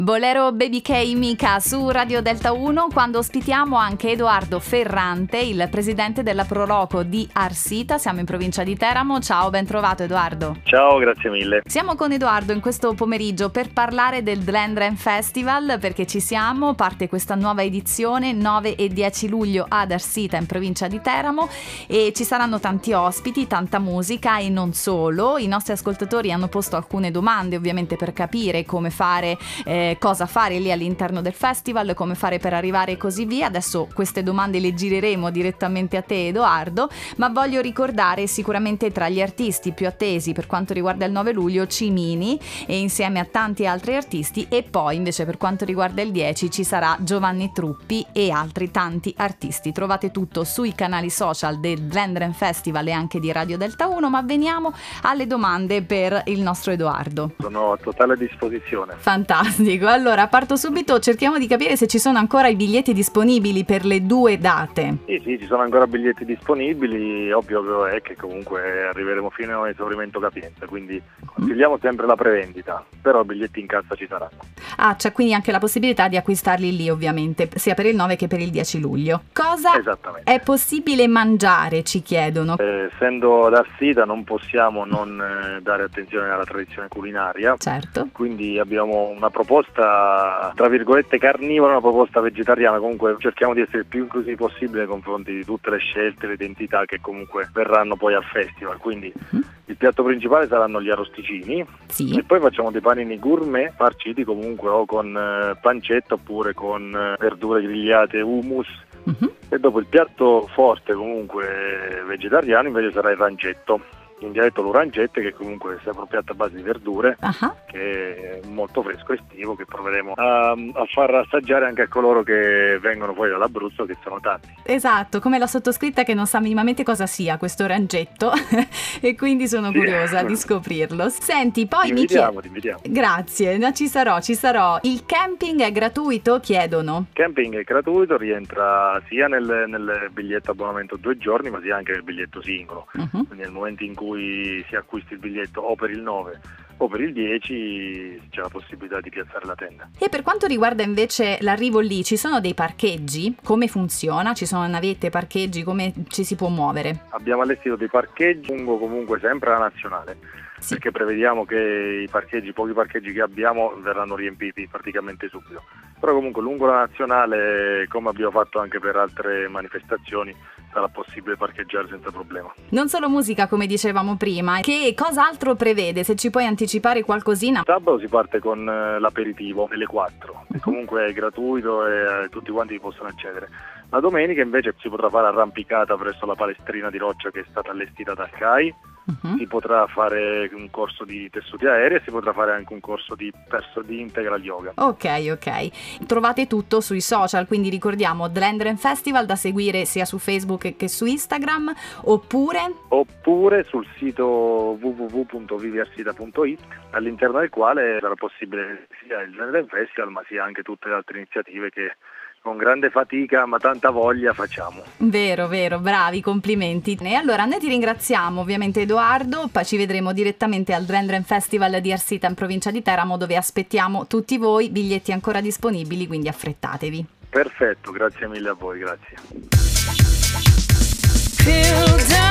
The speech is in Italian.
Bolero Baby K Mika su Radio Delta 1, quando ospitiamo anche Edoardo Ferrante, il presidente della Proloco di Arsita. Siamo in provincia di Teramo. Ciao, ben trovato Edoardo. Ciao, grazie mille. Siamo con Edoardo in questo pomeriggio per parlare del Dlendren Festival, perché ci siamo, parte questa nuova edizione 9 e 10 luglio ad Arsita in provincia di Teramo e ci saranno tanti ospiti, tanta musica e non solo. I nostri ascoltatori hanno posto alcune domande ovviamente per capire come fare, cosa fare lì all'interno del festival, come fare per arrivare e così via. Adesso queste domande le gireremo direttamente a te Edoardo, ma voglio ricordare sicuramente tra gli artisti più attesi per quanto riguarda il 9 luglio Cimini e insieme a tanti altri artisti, e poi invece per quanto riguarda il 10 ci sarà Giovanni Truppi e altri tanti artisti. Trovate tutto sui canali social del Dlendren Festival e anche di Radio Delta 1, ma veniamo alle domande per il nostro Edoardo. Sono a totale disposizione. Fantastico. Allora parto subito, cerchiamo di capire se ci sono ancora i biglietti disponibili per le due date. Sì, ci sono ancora biglietti disponibili, ovvio è che comunque arriveremo fino a esaurimento capienza, quindi consigliamo sempre la prevendita, però biglietti in cassa ci saranno. Ah, c'è quindi anche la possibilità di acquistarli lì ovviamente, sia per il 9 che per il 10 luglio. Cosa è possibile mangiare, ci chiedono? Essendo ad Arsita non possiamo non dare attenzione alla tradizione culinaria. Certo. Quindi abbiamo una proposta tra virgolette carnivora, una proposta vegetariana. Comunque cerchiamo di essere il più inclusivi possibile nei confronti di tutte le scelte, le identità che comunque verranno poi al festival. Quindi il piatto principale saranno gli arrosticini, sì, e poi facciamo dei panini gourmet farciti comunque o con pancetta oppure con verdure grigliate, hummus. E dopo il piatto forte comunque vegetariano invece sarà il rancetto, in dialetto l'urancette, che comunque è sempre un piatto a base di verdure, che è molto fresco, estivo, che proveremo a far assaggiare anche a coloro che vengono poi dall'Abruzzo, che sono tanti. Esatto, come la sottoscritta che non sa minimamente cosa sia questo rancetto e quindi sono curiosa di scoprirlo. Senti, poi ti invitiamo. Grazie, no, ci sarò. Il camping è gratuito, chiedono? Il camping è gratuito, rientra sia nel biglietto abbonamento 2 giorni, ma sia anche nel biglietto singolo. Quindi nel momento in cui si acquisti il biglietto o per il 9 o per il 10 c'è la possibilità di piazzare la tenda. E per quanto riguarda invece l'arrivo lì, ci sono dei parcheggi? Come funziona? Ci sono navette, parcheggi? Come ci si può muovere? Abbiamo allestito dei parcheggi lungo comunque sempre la nazionale, perché prevediamo che pochi parcheggi che abbiamo verranno riempiti praticamente subito. Però comunque lungo la nazionale, come abbiamo fatto anche per altre manifestazioni, sarà possibile parcheggiare senza problema. Non solo musica, come dicevamo prima, che cos'altro prevede? Se ci puoi anticipare qualcosina? Sabato si parte con l'aperitivo alle 4, che comunque è gratuito e tutti quanti possono accedere. La domenica invece si potrà fare arrampicata presso la palestrina di roccia che è stata allestita dal CAI. Si potrà fare un corso di tessuti aerei e si potrà fare anche un corso di integral yoga. Ok. Trovate tutto sui social, quindi ricordiamo Dlendren Festival da seguire sia su Facebook che su Instagram, oppure sul sito www.viviarsita.it, all'interno del quale sarà possibile sia il Dlendren Festival ma sia anche tutte le altre iniziative che con grande fatica ma tanta voglia facciamo. Vero, bravi, complimenti. E allora noi ti ringraziamo ovviamente Edoardo, poi ci vedremo direttamente al Dlendren Festival di Arsita in provincia di Teramo, dove aspettiamo tutti voi, biglietti ancora disponibili, quindi affrettatevi. Perfetto, grazie mille a voi, grazie.